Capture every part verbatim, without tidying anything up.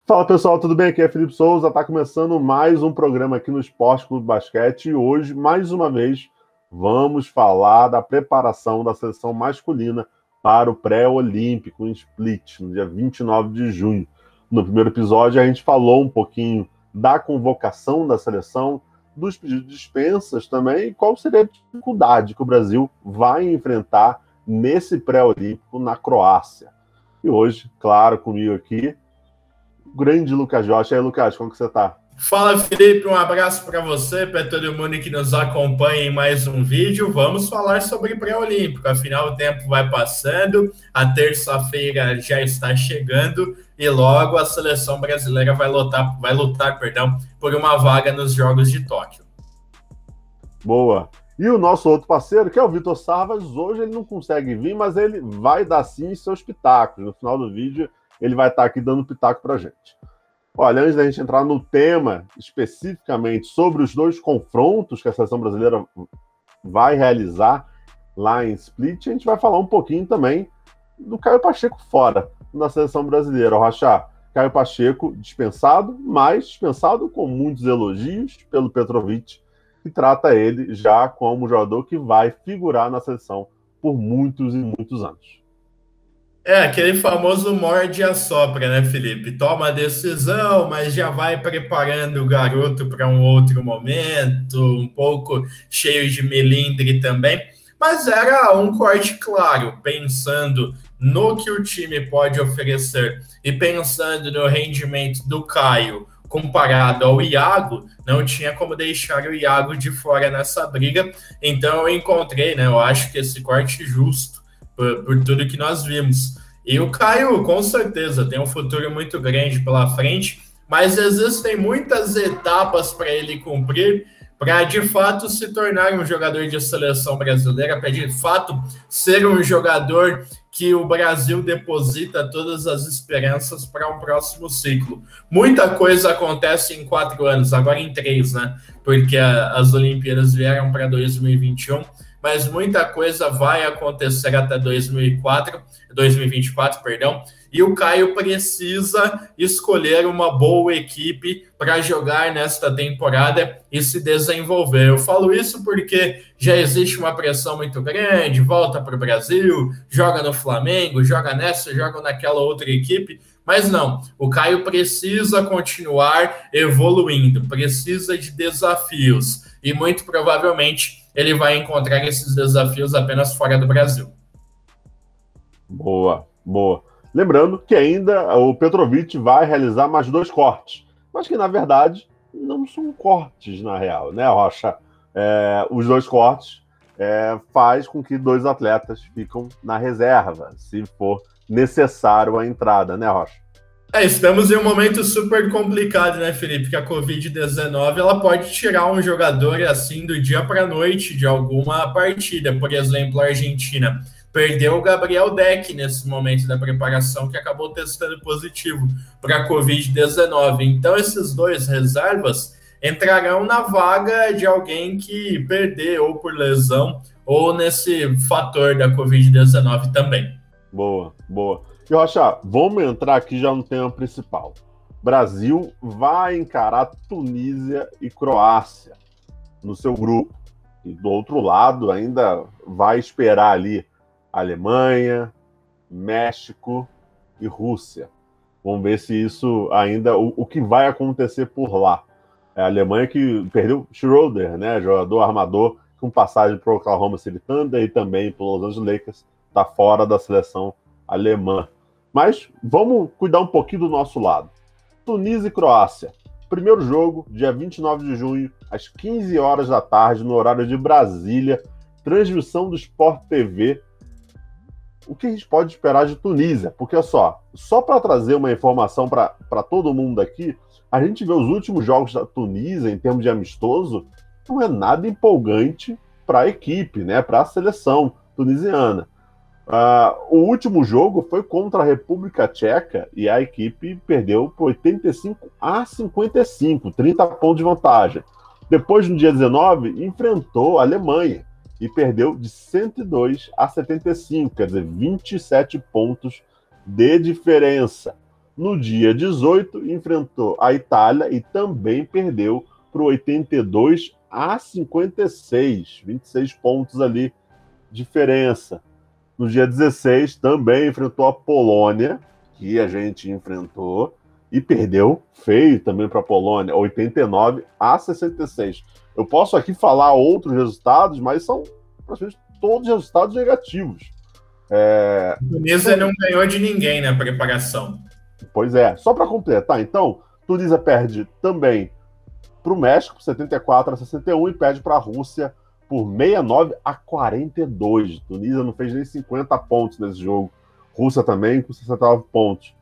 Fala pessoal, tudo bem? Aqui é Felipe Souza, está começando mais um programa aqui no Esporte Clube Basquete e hoje, mais uma vez, vamos falar da preparação da seleção masculina para o pré-olímpico em Split, no dia vinte e nove de junho. No primeiro episódio a gente falou um pouquinho da convocação da seleção, dos pedidos de dispensas também e qual seria a dificuldade que o Brasil vai enfrentar nesse pré-olímpico na Croácia. E hoje, claro, comigo aqui, o grande Lucas Josh. E aí, Lucas, como que você tá? Fala, Felipe, um abraço para você, para todo mundo que nos acompanha em mais um vídeo. Vamos falar sobre pré-olímpico, afinal o tempo vai passando, a terça-feira já está chegando e logo a seleção brasileira vai lutar, vai lutar, perdão, por uma vaga nos Jogos de Tóquio. Boa. E o nosso outro parceiro, que é o Vitor Sarvas, hoje ele não consegue vir, mas ele vai dar sim seus pitacos. No final do vídeo ele vai estar aqui dando pitaco pra gente. Olha, antes da gente entrar no tema especificamente sobre os dois confrontos que a seleção brasileira vai realizar lá em Split, a gente vai falar um pouquinho também do Caio Pacheco fora da seleção brasileira. O Rachá, Caio Pacheco dispensado, mas dispensado com muitos elogios pelo Petrovic, que trata ele já como um jogador que vai figurar na seleção por muitos e muitos anos. É, aquele famoso morde e assopra, né, Felipe? Toma a decisão, mas já vai preparando o garoto para um outro momento, um pouco cheio de melindre também. Mas era um corte claro, pensando no que o time pode oferecer e pensando no rendimento do Caio comparado ao Iago, não tinha como deixar o Iago de fora nessa briga. Então eu encontrei, né? Eu acho que esse corte justo por, por tudo que nós vimos. E o Caio, com certeza, tem um futuro muito grande pela frente, mas existem muitas etapas para ele cumprir para, de fato, se tornar um jogador de seleção brasileira, para, de fato, ser um jogador que o Brasil deposita todas as esperanças para um próximo ciclo. Muita coisa acontece em quatro anos, agora em três, né? Porque a, as Olimpíadas vieram para dois mil e vinte e um, mas muita coisa vai acontecer até dois mil e quatro, dois mil e vinte e quatro, perdão, e o Caio precisa escolher uma boa equipe para jogar nesta temporada e se desenvolver. Eu falo isso porque já existe uma pressão muito grande, volta para o Brasil, joga no Flamengo, joga nessa, joga naquela outra equipe, mas não, o Caio precisa continuar evoluindo, precisa de desafios e muito provavelmente ele vai encontrar esses desafios apenas fora do Brasil. Boa, boa. Lembrando que ainda o Petrovic vai realizar mais dois cortes, mas que, na verdade, não são cortes, na real, né, Rocha? É, os dois cortes é, faz com que dois atletas ficam na reserva, se for necessário a entrada, né, Rocha? É, estamos em um momento super complicado, né, Felipe? Que a covid dezenove ela pode tirar um jogador assim do dia para a noite de alguma partida. Por exemplo, a Argentina perdeu o Gabriel Deck nesse momento da preparação, que acabou testando positivo para a covid dezenove. Então, esses dois reservas entrarão na vaga de alguém que perdeu ou por lesão ou nesse fator da covid dezenove também. Boa, boa. E, Rocha, vamos entrar aqui já no tema principal. Brasil vai encarar Tunísia e Croácia no seu grupo. E do outro lado ainda vai esperar ali Alemanha, México e Rússia. Vamos ver se isso ainda... O, o que vai acontecer por lá. É a Alemanha que perdeu Schroeder, né, jogador armador com passagem para o Oklahoma City Thunder e também para os Los Angeles Lakers, está fora da seleção alemã. Mas vamos cuidar um pouquinho do nosso lado. Tunísia e Croácia. Primeiro jogo, dia vinte e nove de junho, às quinze horas da tarde, no horário de Brasília. Transmissão do Sport T V. O que a gente pode esperar de Tunísia? Porque, só, só para trazer uma informação para todo mundo aqui, a gente vê os últimos jogos da Tunísia, em termos de amistoso, não é nada empolgante para a equipe, né, para a seleção tunisiana. Uh, o último jogo foi contra a República Tcheca e a equipe perdeu por oitenta e cinco a cinquenta e cinco, trinta pontos de vantagem. Depois, no dia dezenove, enfrentou a Alemanha e perdeu de cento e dois a setenta e cinco, quer dizer, vinte e sete pontos de diferença. No dia dezoito, enfrentou a Itália e também perdeu para o oitenta e dois a cinquenta e seis, vinte e seis pontos ali, diferença. No dia dezesseis, também enfrentou a Polônia, que a gente enfrentou, e perdeu feio também para a Polônia, oitenta e nove a sessenta e seis. Eu posso aqui falar outros resultados, mas são praticamente todos resultados negativos. É... A Tunísia não ganhou de ninguém na preparação. Pois é, só para completar, então, Tunísia perde também para o México, por setenta e quatro a sessenta e um, e perde para a Rússia por sessenta e nove a quarenta e dois. Tunísia não fez nem cinquenta pontos nesse jogo. Rússia também com sessenta e nove pontos.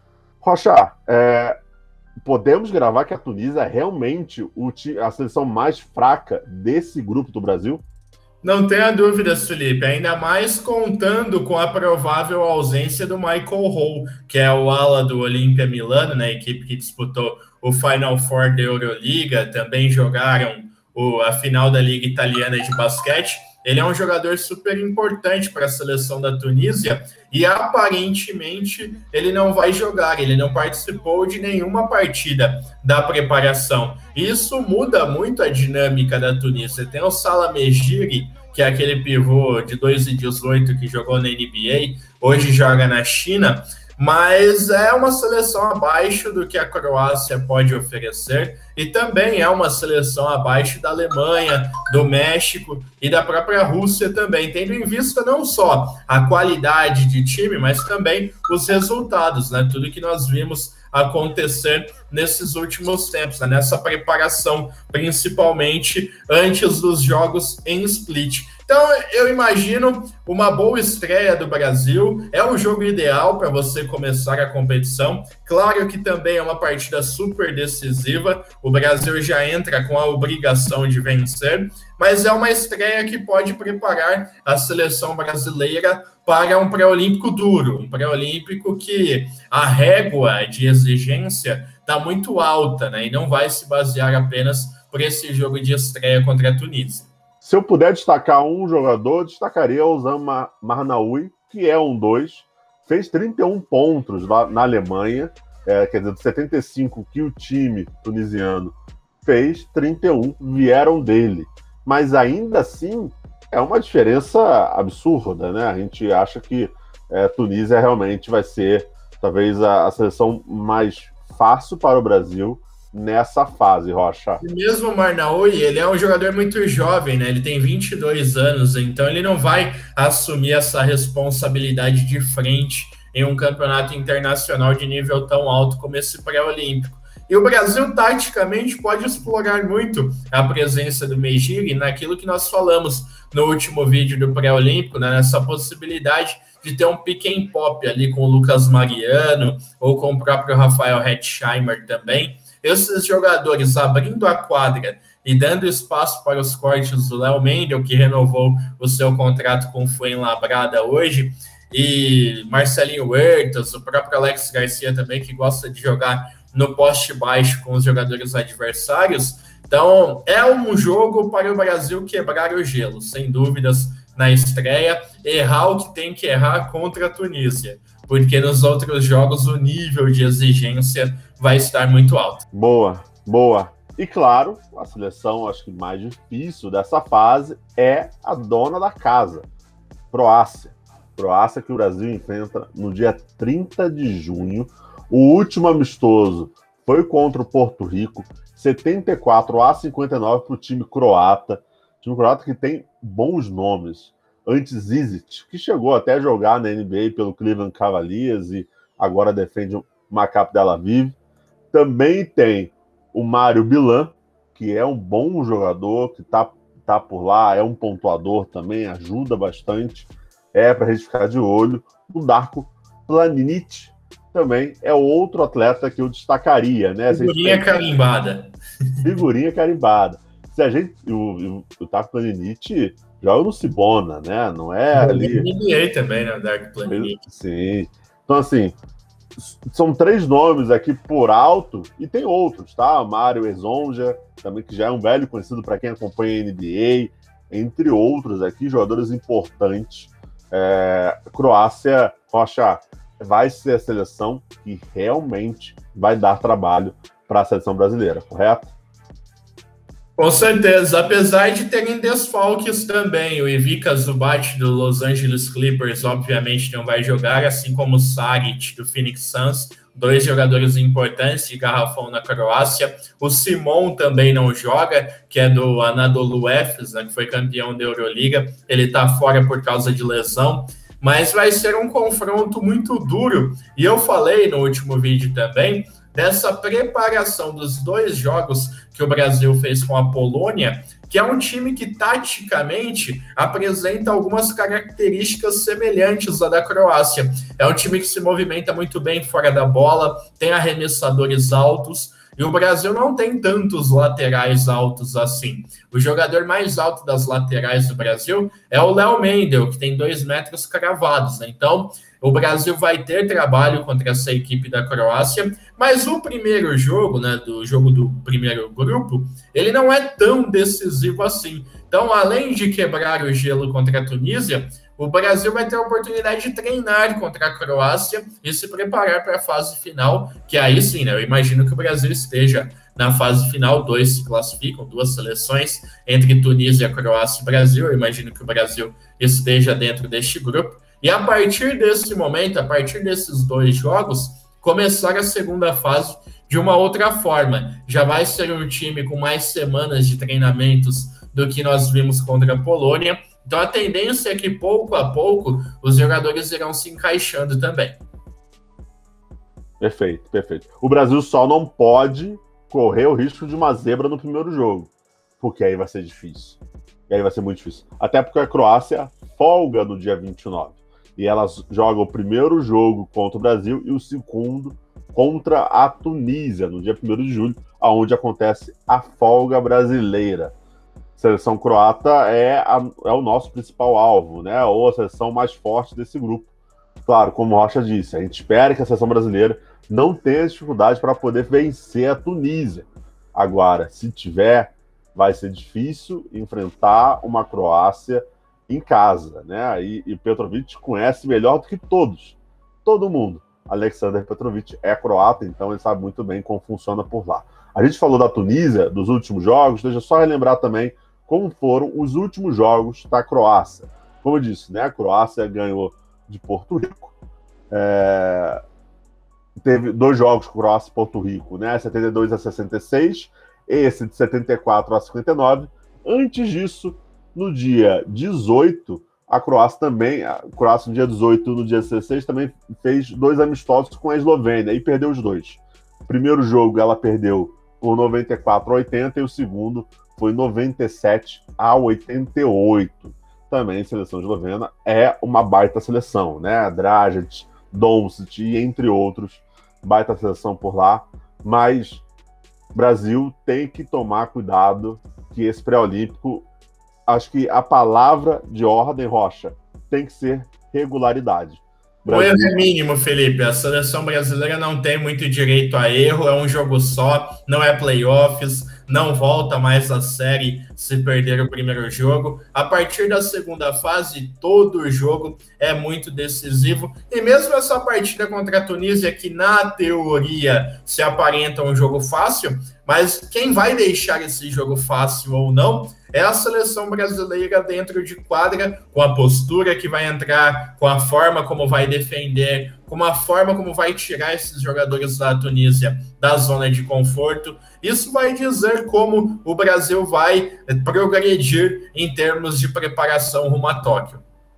Rocha, é, podemos gravar que a Tunísia é realmente o, a seleção mais fraca desse grupo do Brasil? Não tenha dúvidas, Felipe, ainda mais contando com a provável ausência do Michael Hall, que é o ala do Olímpia Milano, né, a equipe que disputou o Final Four da Euroliga, também jogaram o, a final da Liga Italiana de Basquete. Ele é um jogador super importante para a seleção da Tunísia e aparentemente ele não vai jogar, ele não participou de nenhuma partida da preparação. Isso muda muito a dinâmica da Tunísia. Tem o Salah Mejri, que é aquele pivô de dois e dezoito que jogou na N B A, hoje joga na China, mas é uma seleção abaixo do que a Croácia pode oferecer e também é uma seleção abaixo da Alemanha, do México e da própria Rússia também, tendo em vista não só a qualidade de time, mas também os resultados, né? Tudo que nós vimos acontecer nesses últimos tempos, né? Nessa preparação, principalmente antes dos jogos em Split. Então, eu imagino uma boa estreia do Brasil, é um jogo ideal para você começar a competição. Claro que também é uma partida super decisiva, o Brasil já entra com a obrigação de vencer, mas é uma estreia que pode preparar a seleção brasileira para um pré-olímpico duro, um pré-olímpico que a régua de exigência está muito alta, né? E não vai se basear apenas por esse jogo de estreia contra a Tunísia. Se eu puder destacar um jogador, destacaria o Osama Marnaoui, que é um dois, fez trinta e um pontos lá na Alemanha, é, quer dizer, dos setenta e cinco que o time tunisiano fez, trinta e um vieram dele. Mas ainda assim, é uma diferença absurda, né? A gente acha que é, Tunísia realmente vai ser, talvez, a, a seleção mais fácil para o Brasil nessa fase, Rocha. E mesmo o Marnaoui, ele é um jogador muito jovem, né? Ele tem vinte e dois anos, então ele não vai assumir essa responsabilidade de frente em um campeonato internacional de nível tão alto como esse pré-olímpico. E o Brasil, taticamente, pode explorar muito a presença do Mejri naquilo que nós falamos no último vídeo do pré-olímpico, né? Nessa possibilidade de ter um pick and pop ali com o Lucas Mariano ou com o próprio Rafael Hetzheimer também. Esses jogadores abrindo a quadra e dando espaço para os cortes do Léo Mendel, que renovou o seu contrato com o Fuenlabrada hoje, e Marcelinho Huertas, o próprio Alex Garcia também, que gosta de jogar no poste baixo com os jogadores adversários. Então, é um jogo para o Brasil quebrar o gelo, sem dúvidas, na estreia, errar o que tem que errar contra a Tunísia, porque nos outros jogos o nível de exigência vai estar muito alto. Boa, boa. E claro, a seleção, acho que mais difícil dessa fase é a dona da casa, Croácia. Croácia que o Brasil enfrenta no dia trinta de junho. O último amistoso foi contra o Porto Rico, setenta e quatro a cinquenta e nove para o time croata. O time croata que tem bons nomes. Ante Zizic, que chegou até a jogar na N B A pelo Cleveland Cavaliers e agora defende o Maccabi Tel Aviv. Também tem o Mário Bilan, que é um bom jogador, que está tá por lá, é um pontuador também, ajuda bastante. É para a gente ficar de olho. O Darko Planinic também é outro atleta que eu destacaria, né? Figurinha carimbada. Figurinha carimbada. Se a gente, o, o, o Darko Planinic joga no Cibona, né? Não é ali... N B A também, né? O Darko Planinic. Sim. Então, assim, são três nomes aqui por alto, e tem outros, tá? Mário Ezonja, também, que já é um velho conhecido para quem acompanha a N B A, entre outros aqui, jogadores importantes. É, Croácia, Rocha, vai ser a seleção que realmente vai dar trabalho para a seleção brasileira, correto? Com certeza, apesar de terem desfalques também. O Ivica Zubac do Los Angeles Clippers obviamente não vai jogar, assim como o Saric do Phoenix Suns, dois jogadores importantes de garrafão na Croácia. O Simon também não joga, que é do Anadolu Efes, né, que foi campeão da Euroliga. Ele está fora por causa de lesão, mas vai ser um confronto muito duro. E eu falei no último vídeo também dessa preparação dos dois jogos que o Brasil fez com a Polônia, que é um time que taticamente apresenta algumas características semelhantes à da Croácia. É um time que se movimenta muito bem fora da bola, tem arremessadores altos, e o Brasil não tem tantos laterais altos assim. O jogador mais alto das laterais do Brasil é o Léo Mendel, que tem dois metros cravados. Então, o Brasil vai ter trabalho contra essa equipe da Croácia, mas o primeiro jogo, né, do jogo do primeiro grupo, ele não é tão decisivo assim. Então, além de quebrar o gelo contra a Tunísia, o Brasil vai ter a oportunidade de treinar contra a Croácia e se preparar para a fase final, que aí sim, né, eu imagino que o Brasil esteja na fase final, dois se classificam, duas seleções, entre Tunísia, Croácia e Brasil. Eu imagino que o Brasil esteja dentro deste grupo. E a partir desse momento, a partir desses dois jogos, começar a segunda fase de uma outra forma. Já vai ser um time com mais semanas de treinamentos do que nós vimos contra a Polônia. Então a tendência é que pouco a pouco os jogadores irão se encaixando também. Perfeito, perfeito. O Brasil só não pode correr o risco de uma zebra no primeiro jogo, porque aí vai ser difícil. E aí vai ser muito difícil. Até porque a Croácia folga no dia vinte e nove. E ela joga o primeiro jogo contra o Brasil e o segundo contra a Tunísia, no dia primeiro de julho, onde acontece a folga brasileira. A seleção croata é, a, é o nosso principal alvo, né? Ou a seleção mais forte desse grupo. Claro, como o Rocha disse, a gente espera que a seleção brasileira não tenha dificuldade para poder vencer a Tunísia. Agora, se tiver, vai ser difícil enfrentar uma Croácia em casa, né? E, e Petrovic conhece melhor do que todos, todo mundo. Aleksandar Petrovic é croata, então ele sabe muito bem como funciona por lá. A gente falou da Tunísia, dos últimos jogos, deixa eu só relembrar também como foram os últimos jogos da Croácia. Como eu disse, né? A Croácia ganhou de Porto Rico. É... Teve dois jogos com Croácia e Porto Rico, né? setenta e dois a sessenta e seis, esse de setenta e quatro a cinquenta e nove. Antes disso, no dia dezoito, a Croácia também, a Croácia no dia dezoito e no dia dezesseis também fez dois amistosos com a Eslovênia e perdeu os dois. O primeiro jogo ela perdeu por noventa e quatro a oitenta e o segundo foi noventa e sete a oitenta e oito. Também a seleção eslovena é uma baita seleção, né? Dragic, Doncic e entre outros, baita seleção por lá, mas o Brasil tem que tomar cuidado que esse pré-olímpico, acho que a palavra de ordem, Rocha, tem que ser regularidade. O erro é mínimo, Felipe. A seleção brasileira não tem muito direito a erro, é um jogo só, não é playoffs, não volta mais a série se perder o primeiro jogo. A partir da segunda fase, todo jogo é muito decisivo. E mesmo essa partida contra a Tunísia, que na teoria se aparenta um jogo fácil, mas quem vai deixar esse jogo fácil ou não é a seleção brasileira dentro de quadra, com a postura que vai entrar, com a forma como vai defender, com a forma como vai tirar esses jogadores da Tunísia da zona de conforto. Isso vai dizer como o Brasil vai progredir em termos de preparação rumo a Tóquio.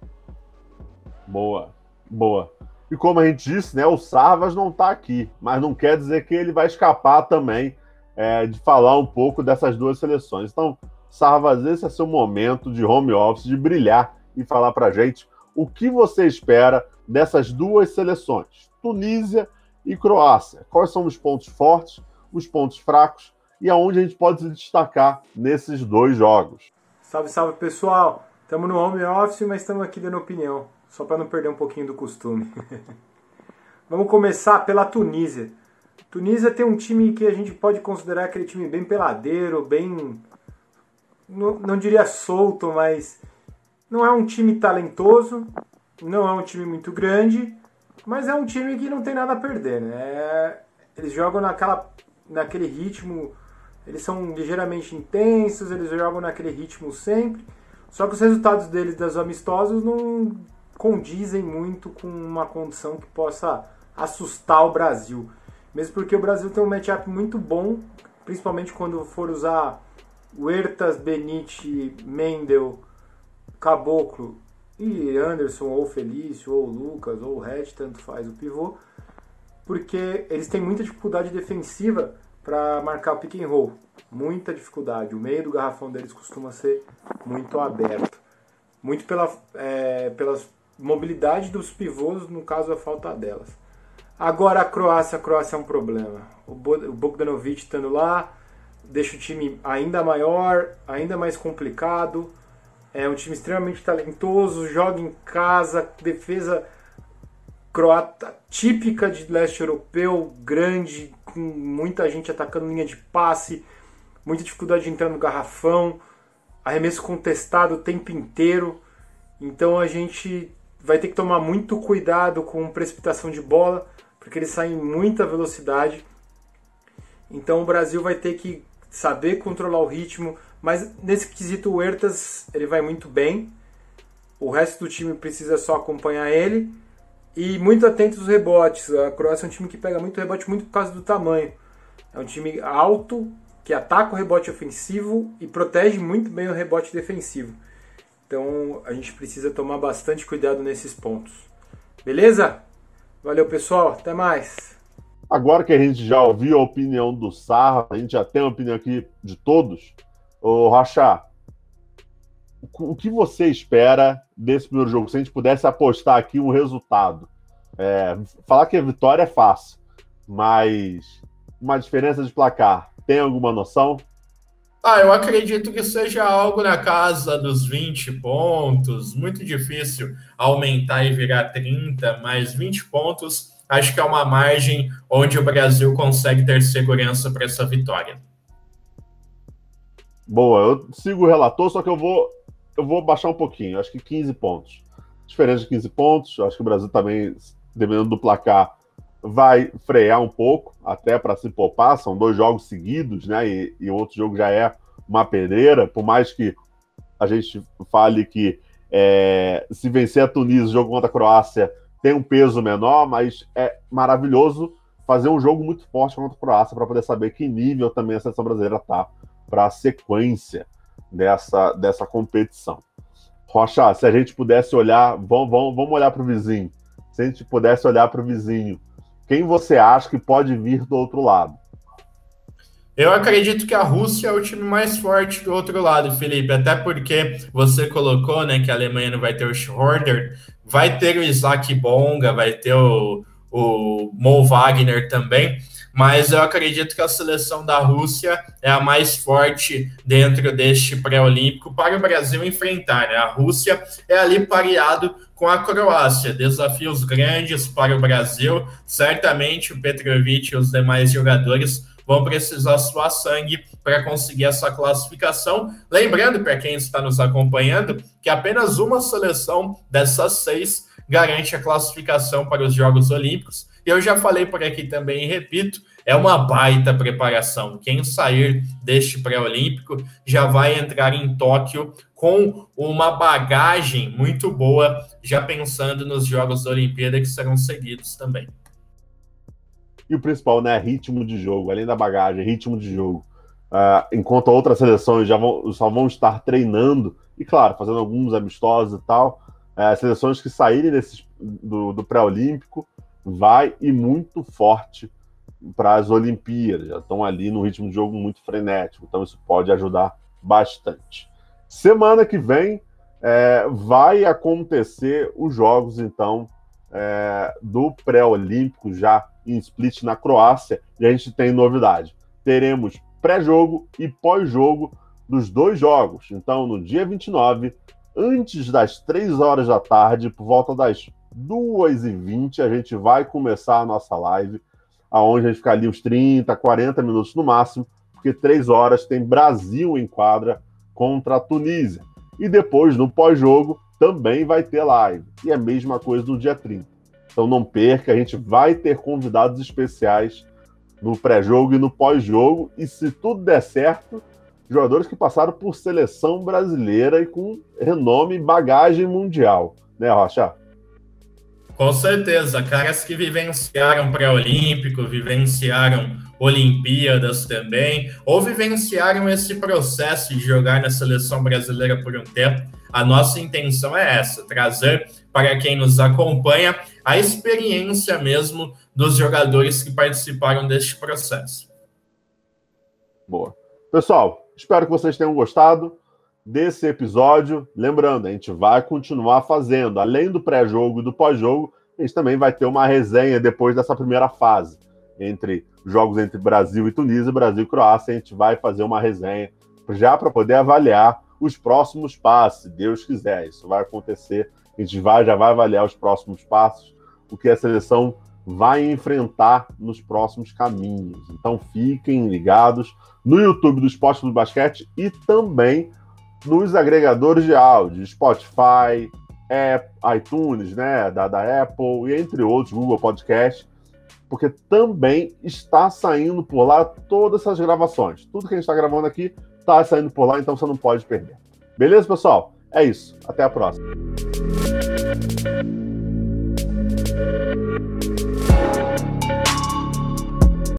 Boa, boa. E como a gente disse, né, o Sarvas não está aqui, mas não quer dizer que ele vai escapar também é, de falar um pouco dessas duas seleções. Então, Sarvas, esse é seu momento de home office, de brilhar e falar pra gente o que você espera dessas duas seleções, Tunísia e Croácia. Quais são os pontos fortes, os pontos fracos e aonde a gente pode se destacar nesses dois jogos. Salve, salve, pessoal! Estamos no home office, mas estamos aqui dando opinião, só para não perder um pouquinho do costume. Vamos começar pela Tunísia. Tunísia tem um time que a gente pode considerar aquele time bem peladeiro, bem... Não, não diria solto, mas não é um time talentoso, não é um time muito grande, Mas é um time que não tem nada a perder, né? É, eles jogam naquela, naquele ritmo, eles são ligeiramente intensos, eles jogam naquele ritmo sempre, só que os resultados deles das amistosos não condizem muito com uma condição que possa assustar o Brasil. Mesmo porque o Brasil tem um matchup muito bom, principalmente quando for usar Huertas, Benite, Mendel, Caboclo e Anderson, ou Felício, ou Lucas, ou Red, tanto faz o pivô, porque eles têm muita dificuldade defensiva para marcar o pick and roll. Muita dificuldade. O meio do garrafão deles costuma ser muito aberto. Muito pela, é, pela mobilidade dos pivôs, no caso a falta delas. Agora a Croácia, a Croácia é um problema. O Bogdanovic estando lá deixa o time ainda maior, ainda mais complicado. É um time extremamente talentoso, joga em casa, defesa croata típica de leste europeu, grande, com muita gente atacando linha de passe, muita dificuldade de entrar no garrafão, arremesso contestado o tempo inteiro. Então a gente vai ter que tomar muito cuidado com precipitação de bola, porque eles saem em muita velocidade. Então o Brasil vai ter que saber controlar o ritmo, mas nesse quesito o Huertas ele vai muito bem. O resto do time precisa só acompanhar ele. E muito atento aos rebotes. A Croácia é um time que pega muito rebote muito por causa do tamanho. É um time alto, que ataca o rebote ofensivo e protege muito bem o rebote defensivo. Então a gente precisa tomar bastante cuidado nesses pontos. Beleza? Valeu, pessoal. Até mais. Agora que a gente já ouviu a opinião do Sarra, a gente já tem a opinião aqui de todos. Ô, Rocha, o que você espera desse primeiro jogo? Se a gente pudesse apostar aqui um resultado. É, falar que a vitória é fácil, mas uma diferença de placar, tem alguma noção? Ah, eu acredito que seja algo na casa dos vinte pontos. Muito difícil aumentar e virar trinta, mas vinte pontos acho que é uma margem onde o Brasil consegue ter segurança para essa vitória. Boa, eu sigo o relator, só que eu vou, eu vou baixar um pouquinho, acho que quinze pontos. Diferença de quinze pontos, acho que o Brasil também, dependendo do placar, vai frear um pouco, até para se poupar, são dois jogos seguidos, né, e, e o outro jogo já é uma pedreira, por mais que a gente fale que é, se vencer a Tunísia, o jogo contra a Croácia tem um peso menor, mas é maravilhoso fazer um jogo muito forte contra a Croácia para poder saber que nível também a seleção brasileira está para a sequência dessa, dessa competição. Rocha, se a gente pudesse olhar, vamos, vamos, vamos olhar para o vizinho, se a gente pudesse olhar para o vizinho, quem você acha que pode vir do outro lado? Eu acredito que a Rússia é o time mais forte do outro lado, Felipe, até porque você colocou, né, que a Alemanha não vai ter o Schroeder, vai ter o Isaac Bonga, vai ter o, o Mo Wagner também, mas eu acredito que a seleção da Rússia é a mais forte dentro deste pré-olímpico para o Brasil enfrentar, né? A Rússia é ali pareado com a Croácia, desafios grandes para o Brasil, certamente o Petrovic e os demais jogadores vão precisar suar sangue para conseguir essa classificação. Lembrando, para quem está nos acompanhando, que apenas uma seleção dessas seis garante a classificação para os Jogos Olímpicos. E eu já falei por aqui também e repito, é uma baita preparação. Quem sair deste pré-olímpico já vai entrar em Tóquio com uma bagagem muito boa, já pensando nos Jogos da Olimpíada que serão seguidos também. E o principal, né, ritmo de jogo, além da bagagem, ritmo de jogo. Uh, enquanto outras seleções já vão, só vão estar treinando, e claro, fazendo alguns amistosos e tal, uh, seleções que saírem desses, do, do pré-olímpico vai e muito forte para as Olimpíadas, já estão ali no ritmo de jogo muito frenético, então isso pode ajudar bastante. Semana que vem é, vai acontecer os jogos, então, é, do pré-olímpico já em Split, na Croácia, e a gente tem novidade. Teremos pré-jogo e pós-jogo dos dois jogos. Então, no dia vinte e nove, antes das três horas da tarde, por volta das duas e vinte, a gente vai começar a nossa live, aonde a gente fica ali uns trinta, quarenta minutos no máximo, porque três horas tem Brasil em quadra contra a Tunísia. E depois, no pós-jogo, também vai ter live. E é a mesma coisa no dia trinta. Então não perca, a gente vai ter convidados especiais no pré-jogo e no pós-jogo, e se tudo der certo, jogadores que passaram por seleção brasileira e com renome e bagagem mundial, né, Rocha? Com certeza, caras que vivenciaram pré-olímpico, vivenciaram Olimpíadas também, ou vivenciaram esse processo de jogar na seleção brasileira por um tempo. A nossa intenção é essa, trazer para quem nos acompanha a experiência mesmo dos jogadores que participaram deste processo. Boa. Pessoal, espero que vocês tenham gostado desse episódio. Lembrando, a gente vai continuar fazendo, além do pré-jogo e do pós-jogo, a gente também vai ter uma resenha depois dessa primeira fase, entre jogos entre Brasil e Tunísia, Brasil e Croácia. A gente vai fazer uma resenha já para poder avaliar os próximos passos, se Deus quiser. Isso vai acontecer, a gente vai, já vai avaliar os próximos passos, o que a seleção vai enfrentar nos próximos caminhos. Então fiquem ligados no YouTube do Esporte do Basquete e também nos agregadores de áudio, Spotify, App, iTunes, né, da, da Apple, e entre outros, Google Podcast, porque também está saindo por lá todas essas gravações. Tudo que a gente está gravando aqui está saindo por lá, então você não pode perder. Beleza, pessoal? É isso. Até a próxima.